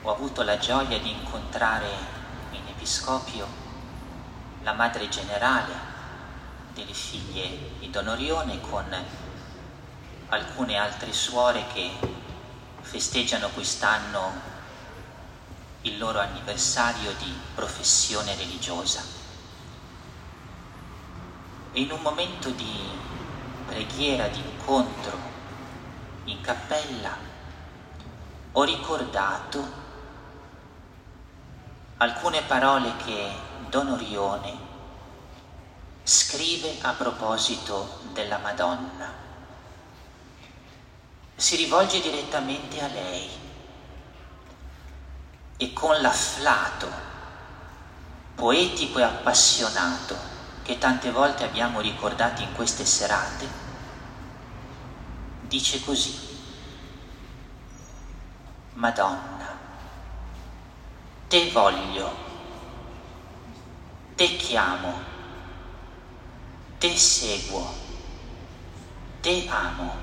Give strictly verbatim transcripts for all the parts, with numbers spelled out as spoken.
ho avuto la gioia di incontrare in Episcopio la madre generale delle figlie di Don Orione con alcune altre suore che festeggiano quest'anno il loro anniversario di professione religiosa. E in un momento di preghiera, di incontro in cappella, ho ricordato alcune parole che Don Orione scrive a proposito della Madonna. Si rivolge direttamente a lei e con l'afflato poetico e appassionato che tante volte abbiamo ricordato in queste serate, dice così: Madonna, te voglio, te chiamo, te seguo, te amo.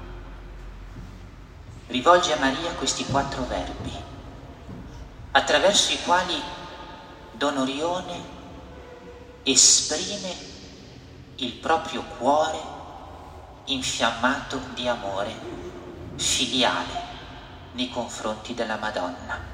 Rivolge a Maria questi quattro verbi, attraverso i quali Don Orione esprime il proprio cuore infiammato di amore filiale nei confronti della Madonna.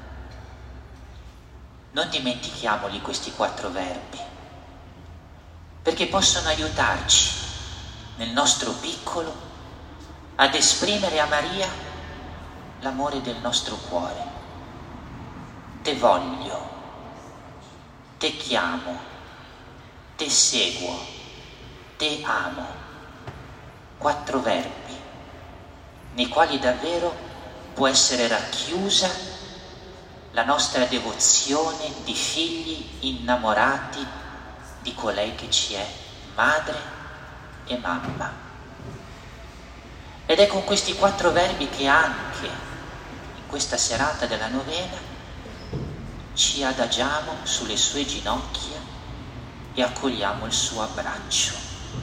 Non dimentichiamoli questi quattro verbi, perché possono aiutarci nel nostro piccolo ad esprimere a Maria l'amore del nostro cuore. Te voglio, te chiamo, te seguo, te amo. Quattro verbi nei quali davvero può essere racchiusa la nostra devozione di figli innamorati di colei che ci è madre e mamma. Ed è con questi quattro verbi che anche in questa serata della novena ci adagiamo sulle sue ginocchia e accogliamo il suo abbraccio.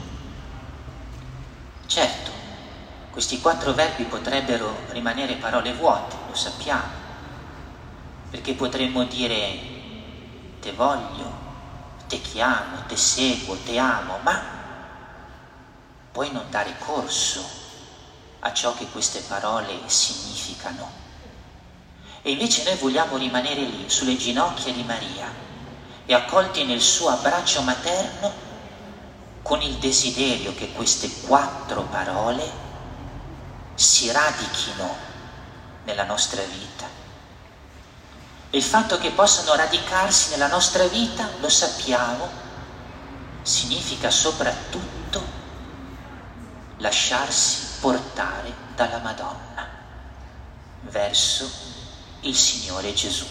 Certo, questi quattro verbi potrebbero rimanere parole vuote, lo sappiamo, perché potremmo dire te voglio, te chiamo, te seguo, te amo, ma poi non dare corso a ciò che queste parole significano. E invece noi vogliamo rimanere lì, sulle ginocchia di Maria, e accolti nel suo abbraccio materno, con il desiderio che queste quattro parole si radichino nella nostra vita. E il fatto che possano radicarsi nella nostra vita, lo sappiamo, significa soprattutto lasciarsi portare dalla Madonna verso il Signore Gesù.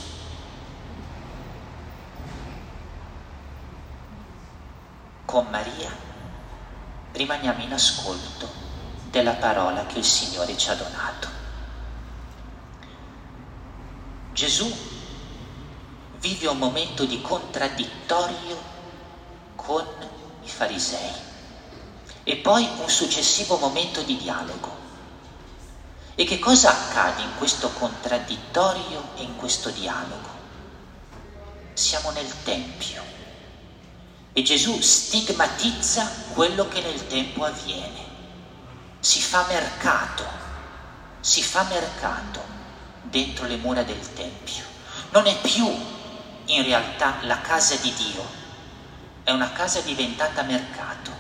Con Maria rimaniamo in ascolto della parola che il Signore ci ha donato. Gesù vive un momento di contraddittorio con i farisei e poi un successivo momento di dialogo. E che cosa accade in questo contraddittorio e in questo dialogo? Siamo nel Tempio e Gesù stigmatizza quello che nel Tempio avviene. Si fa mercato, si fa mercato dentro le mura del Tempio. Non è più in realtà la casa di Dio, è una casa diventata mercato.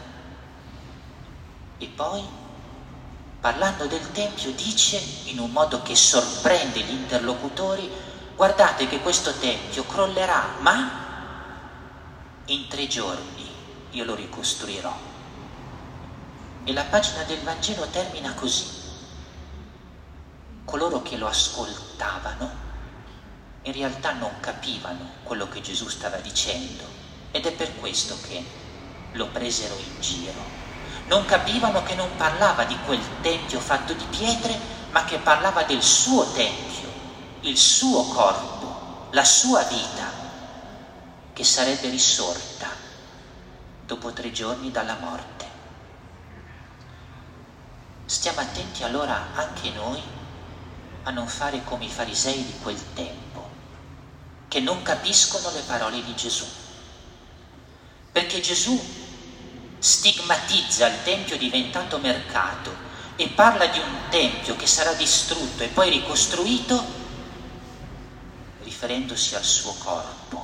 E poi, parlando del Tempio, dice in un modo che sorprende gli interlocutori: guardate che questo Tempio crollerà, ma in tre giorni io lo ricostruirò. E la pagina del Vangelo termina così: coloro che lo ascoltavano in realtà non capivano quello che Gesù stava dicendo, ed è per questo che lo presero in giro. Non capivano che non parlava di quel tempio fatto di pietre, ma che parlava del suo tempio, il suo corpo, la sua vita, che sarebbe risorta dopo tre giorni dalla morte. Stiamo attenti allora anche noi a non fare come i farisei di quel tempo, che non capiscono le parole di Gesù. Perché Gesù stigmatizza il Tempio diventato mercato e parla di un Tempio che sarà distrutto e poi ricostruito, riferendosi al suo corpo.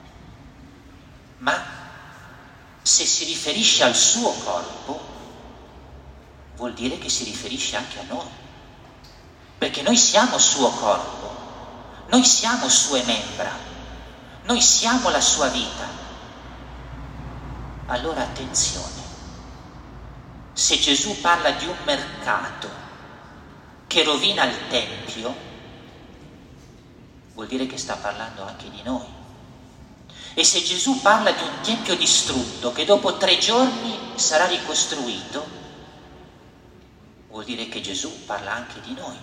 Ma se si riferisce al suo corpo, vuol dire che si riferisce anche a noi, perché noi siamo suo corpo, noi siamo sue membra, noi siamo la sua vita. Allora attenzione, se Gesù parla di un mercato che rovina il Tempio, vuol dire che sta parlando anche di noi. E se Gesù parla di un Tempio distrutto che dopo tre giorni sarà ricostruito, vuol dire che Gesù parla anche di noi.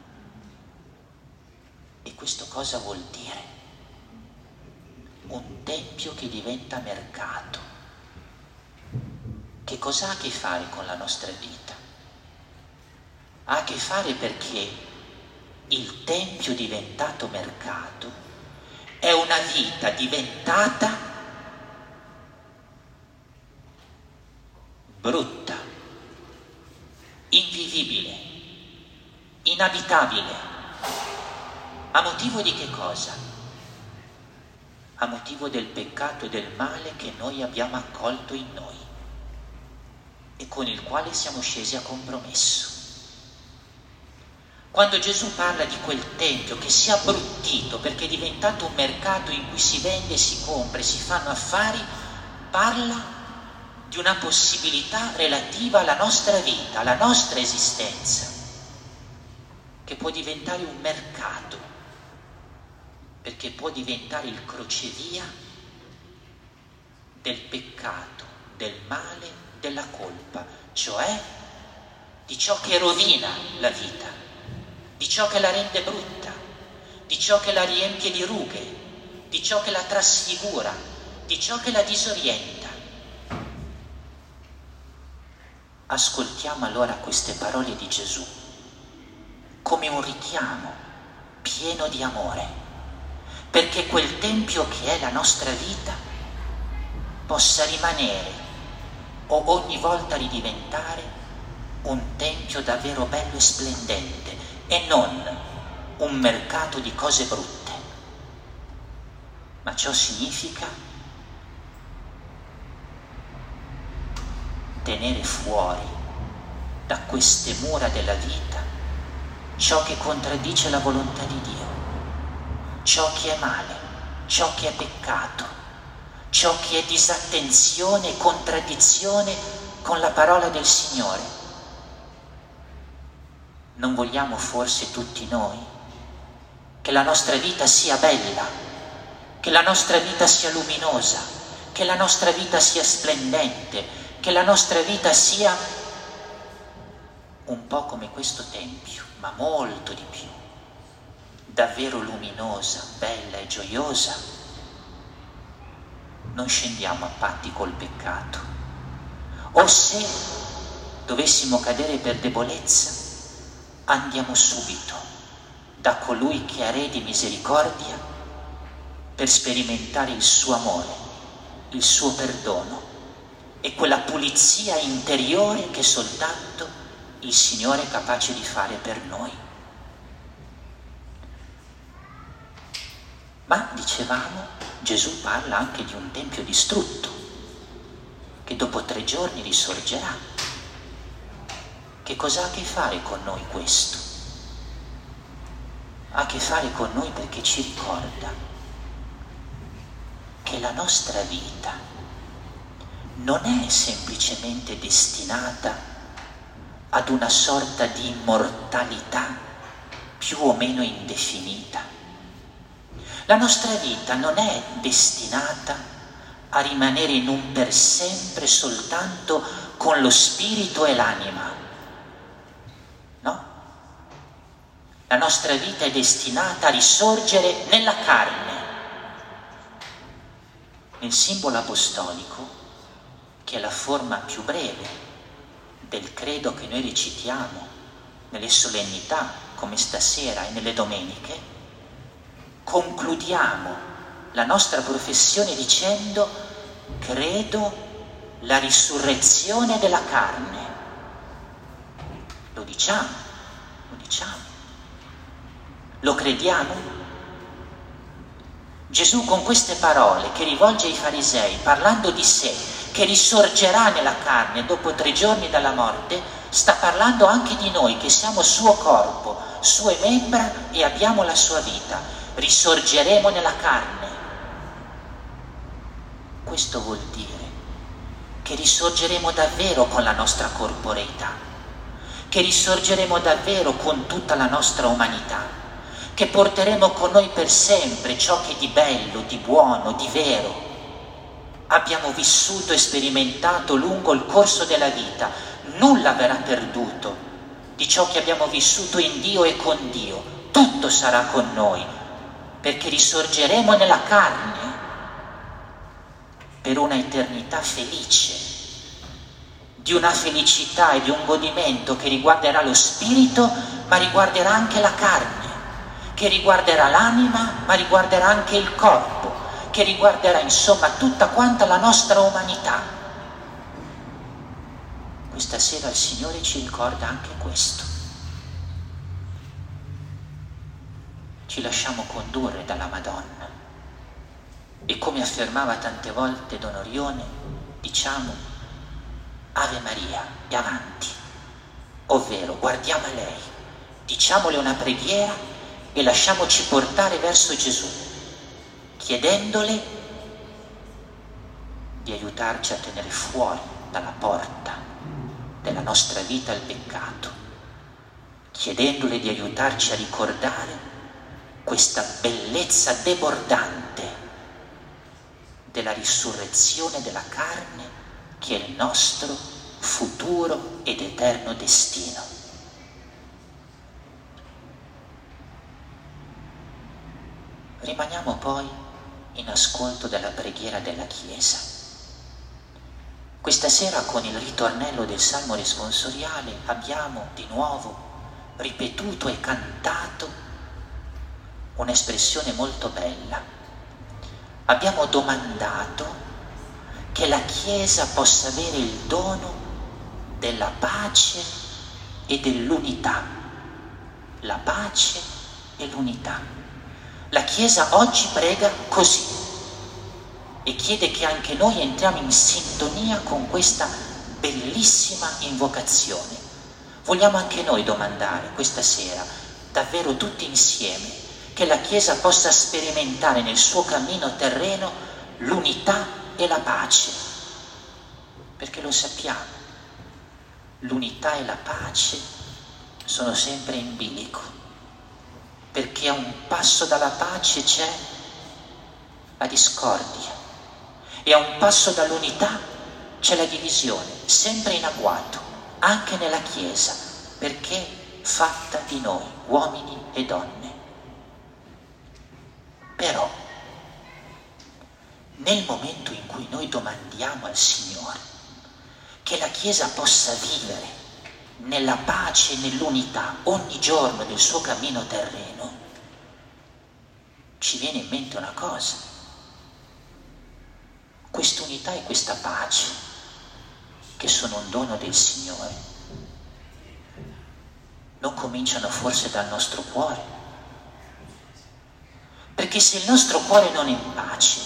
E questo cosa vuol dire? Un Tempio che diventa mercato. Che cosa ha a che fare con la nostra vita? Ha a che fare perché il Tempio diventato mercato è una vita diventata brutta, invivibile, inabitabile. A motivo di che cosa? A motivo del peccato e del male che noi abbiamo accolto in noi e con il quale siamo scesi a compromesso. Quando Gesù parla di quel Tempio che si è abbruttito perché è diventato un mercato in cui si vende, si compra e si fanno affari, parla di una possibilità relativa alla nostra vita, alla nostra esistenza, che può diventare un mercato, perché può diventare il crocevia del peccato, del male, della colpa, cioè di ciò che rovina la vita, di ciò che la rende brutta, di ciò che la riempie di rughe, di ciò che la trasfigura, di ciò che la disorienta. Ascoltiamo allora queste parole di Gesù come un richiamo pieno di amore, perché quel Tempio che è la nostra vita possa rimanere o ogni volta ridiventare un Tempio davvero bello e splendente e non un mercato di cose brutte. Ma ciò significa tenere fuori da queste mura della vita ciò che contraddice la volontà di Dio, ciò che è male, ciò che è peccato, ciò che è disattenzione e contraddizione con la parola del Signore. Non vogliamo forse tutti noi che la nostra vita sia bella, che la nostra vita sia luminosa, che la nostra vita sia splendente, che la nostra vita sia un po' come questo Tempio, ma molto di più, davvero luminosa, bella e gioiosa? Non scendiamo a patti col peccato. O se dovessimo cadere per debolezza, andiamo subito da colui che ha re di misericordia per sperimentare il suo amore, il suo perdono e quella pulizia interiore che soltanto il Signore è capace di fare per noi. Ma dicevamo, Gesù parla anche di un Tempio distrutto che dopo tre giorni risorgerà. Che cosa ha a che fare con noi questo? Ha a che fare con noi perché ci ricorda che la nostra vita non è semplicemente destinata ad una sorta di immortalità più o meno indefinita. La nostra vita non è destinata a rimanere in un per sempre soltanto con lo spirito e l'anima. No? La nostra vita è destinata a risorgere nella carne. Nel simbolo apostolico, che è la forma più breve del credo che noi recitiamo nelle solennità come stasera e nelle domeniche, concludiamo la nostra professione dicendo: credo la risurrezione della carne. Lo diciamo, lo diciamo, lo crediamo. Gesù con queste parole che rivolge ai farisei, parlando di sé, che risorgerà nella carne dopo tre giorni dalla morte, sta parlando anche di noi che siamo suo corpo, sue membra e abbiamo la sua vita. Risorgeremo nella carne. Questo vuol dire che risorgeremo davvero con la nostra corporeità, che risorgeremo davvero con tutta la nostra umanità, che porteremo con noi per sempre ciò che di bello, di buono, di vero abbiamo vissuto e sperimentato lungo il corso della vita. Nulla verrà perduto di ciò che abbiamo vissuto in Dio e con Dio, tutto sarà con noi, perché risorgeremo nella carne per una eternità felice, di una felicità e di un godimento che riguarderà lo spirito, ma riguarderà anche la carne, che riguarderà l'anima, ma riguarderà anche il corpo, che riguarderà insomma tutta quanta la nostra umanità. Questa sera il Signore ci ricorda anche questo. Ci lasciamo condurre dalla Madonna e, come affermava tante volte Don Orione, diciamo Ave Maria e avanti, ovvero guardiamo a lei, diciamole una preghiera e lasciamoci portare verso Gesù, chiedendole di aiutarci a tenere fuori dalla porta della nostra vita il peccato, chiedendole di aiutarci a ricordare questa bellezza debordante della risurrezione della carne, che è il nostro futuro ed eterno destino. Rimaniamo poi in ascolto della preghiera della Chiesa. Questa sera, con il ritornello del Salmo responsoriale, abbiamo di nuovo ripetuto e cantato un'espressione molto bella. Abbiamo domandato che la Chiesa possa avere il dono della pace e dell'unità. La pace e l'unità. La Chiesa oggi prega così e chiede che anche noi entriamo in sintonia con questa bellissima invocazione. Vogliamo anche noi domandare questa sera, davvero tutti insieme, che la Chiesa possa sperimentare nel suo cammino terreno l'unità e la pace, perché lo sappiamo, l'unità e la pace sono sempre in bilico, perché a un passo dalla pace c'è la discordia e a un passo dall'unità c'è la divisione, sempre in agguato, anche nella Chiesa, perché fatta di noi, uomini e donne. Però, nel momento in cui noi domandiamo al Signore che la Chiesa possa vivere nella pace e nell'unità ogni giorno del suo cammino terreno, ci viene in mente una cosa: quest'unità e questa pace, che sono un dono del Signore, non cominciano forse dal nostro cuore? Perché se il nostro cuore non è in pace,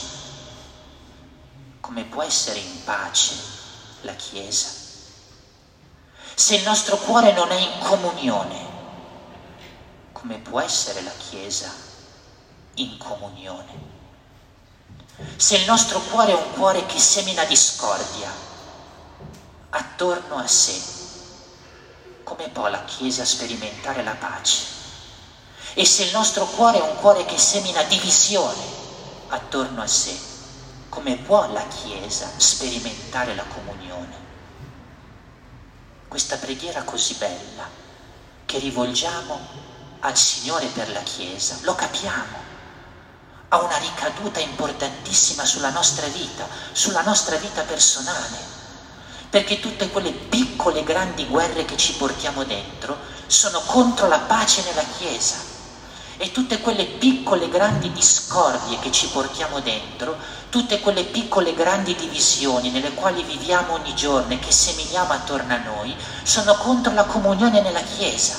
come può essere in pace la Chiesa? Se il nostro cuore non è in comunione, come può essere la Chiesa in comunione? Se il nostro cuore è un cuore che semina discordia attorno a sé, come può la Chiesa sperimentare la pace? E se il nostro cuore è un cuore che semina divisione attorno a sé, come può la Chiesa sperimentare la comunione? Questa preghiera così bella che rivolgiamo al Signore per la Chiesa, lo capiamo, ha una ricaduta importantissima sulla nostra vita, sulla nostra vita personale, perché tutte quelle piccole grandi guerre che ci portiamo dentro sono contro la pace nella Chiesa. E tutte quelle piccole grandi discordie che ci portiamo dentro, tutte quelle piccole grandi divisioni nelle quali viviamo ogni giorno e che seminiamo attorno a noi, sono contro la comunione nella Chiesa.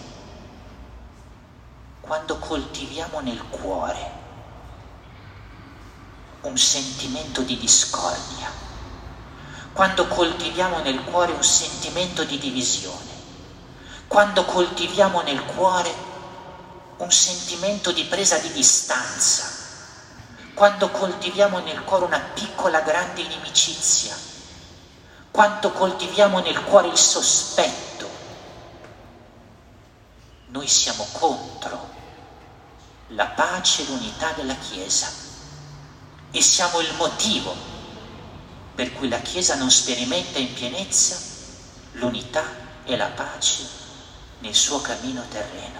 Quando coltiviamo nel cuore un sentimento di discordia, quando coltiviamo nel cuore un sentimento di divisione, quando coltiviamo nel cuore un sentimento di presa di distanza, quando coltiviamo nel cuore una piccola grande inimicizia, quando coltiviamo nel cuore il sospetto, noi siamo contro la pace e l'unità della Chiesa e siamo il motivo per cui la Chiesa non sperimenta in pienezza l'unità e la pace nel suo cammino terreno.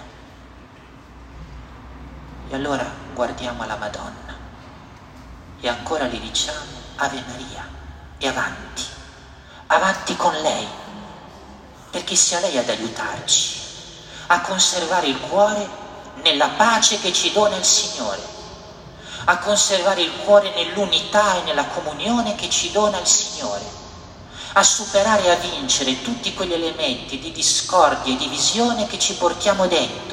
E allora guardiamo alla Madonna e ancora le diciamo Ave Maria e avanti, avanti con lei, perché sia lei ad aiutarci a conservare il cuore nella pace che ci dona il Signore, a conservare il cuore nell'unità e nella comunione che ci dona il Signore, a superare e a vincere tutti quegli elementi di discordia e divisione che ci portiamo dentro,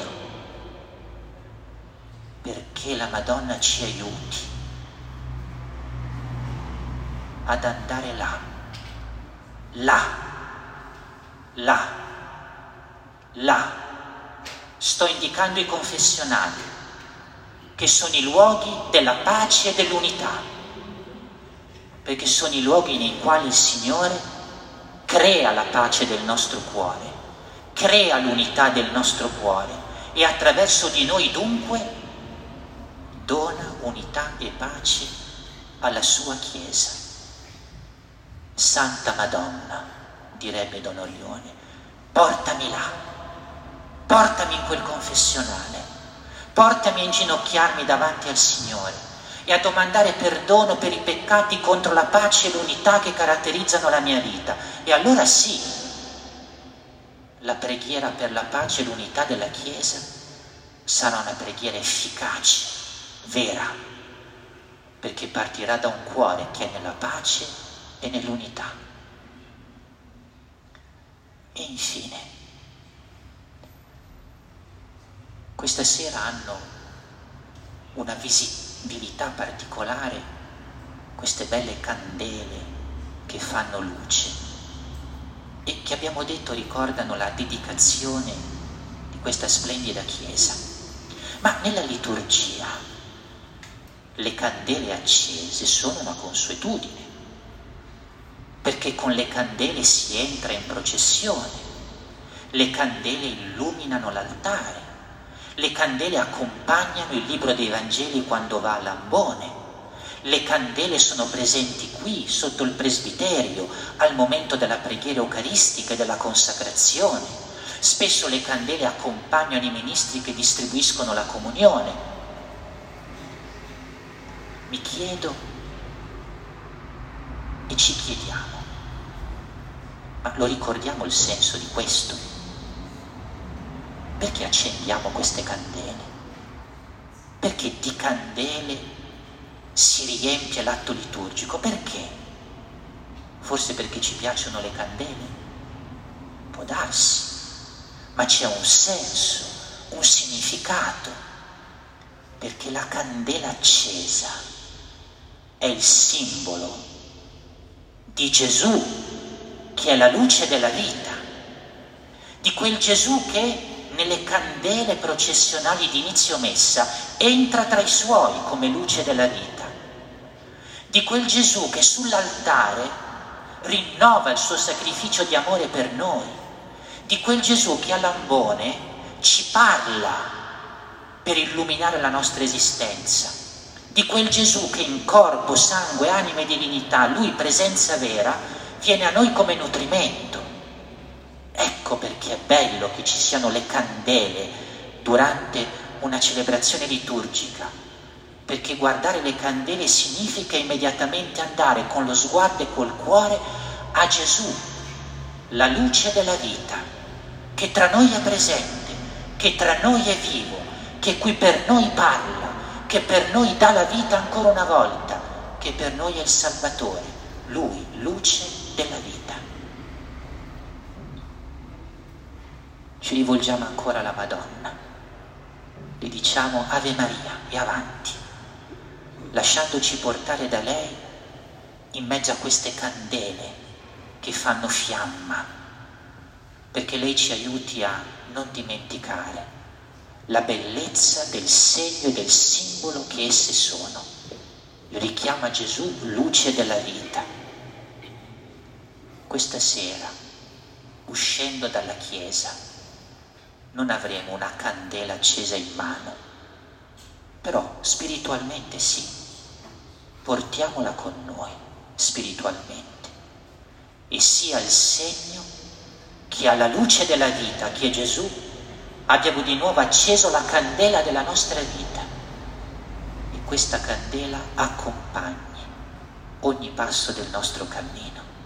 perché la Madonna ci aiuti ad andare là, là, là, là. Sto indicando i confessionali, che sono i luoghi della pace e dell'unità, perché sono i luoghi nei quali il Signore crea la pace del nostro cuore, crea l'unità del nostro cuore e attraverso di noi dunque dona unità e pace alla sua Chiesa. Santa Madonna, direbbe Don Orione, portami là, portami in quel confessionale, portami a inginocchiarmi davanti al Signore e a domandare perdono per i peccati contro la pace e l'unità che caratterizzano la mia vita. E allora sì, la preghiera per la pace e l'unità della Chiesa sarà una preghiera efficace, vera, perché partirà da un cuore che è nella pace e nell'unità. E infine, questa sera hanno una visibilità particolare queste belle candele che fanno luce e che abbiamo detto ricordano la dedicazione di questa splendida chiesa. Ma nella liturgia le candele accese sono una consuetudine, perché con le candele si entra in processione, le candele illuminano l'altare, le candele accompagnano il libro dei Vangeli quando va all'ambone, le candele sono presenti qui sotto il presbiterio al momento della preghiera eucaristica e della consacrazione, spesso le candele accompagnano i ministri che distribuiscono la comunione. Mi chiedo e ci chiediamo, ma lo ricordiamo il senso di questo? Perché accendiamo queste candele? Perché di candele si riempie l'atto liturgico? Perché? Forse perché ci piacciono le candele? Può darsi, ma c'è un senso, un significato, perché la candela accesa è il simbolo di Gesù, che è la luce della vita, di quel Gesù che nelle candele processionali di inizio messa entra tra i suoi come luce della vita, di quel Gesù che sull'altare rinnova il suo sacrificio di amore per noi, di quel Gesù che all'ambone ci parla per illuminare la nostra esistenza, di quel Gesù che in corpo, sangue, anima e divinità, lui presenza vera, viene a noi come nutrimento. Ecco perché è bello che ci siano le candele durante una celebrazione liturgica, perché guardare le candele significa immediatamente andare con lo sguardo e col cuore a Gesù, la luce della vita, che tra noi è presente, che tra noi è vivo, che qui per noi parla, che per noi dà la vita ancora una volta, che per noi è il Salvatore, Lui, luce della vita. Ci rivolgiamo ancora alla Madonna, le diciamo Ave Maria e avanti, lasciandoci portare da lei in mezzo a queste candele che fanno fiamma, perché lei ci aiuti a non dimenticare la bellezza del segno e del simbolo che esse sono. Il richiamo a Gesù, luce della vita. Questa sera, uscendo dalla chiesa, non avremo una candela accesa in mano, però spiritualmente sì, portiamola con noi, spiritualmente, e sia il segno che alla luce della vita, che è Gesù, abbiamo di nuovo acceso la candela della nostra vita e questa candela accompagni ogni passo del nostro cammino.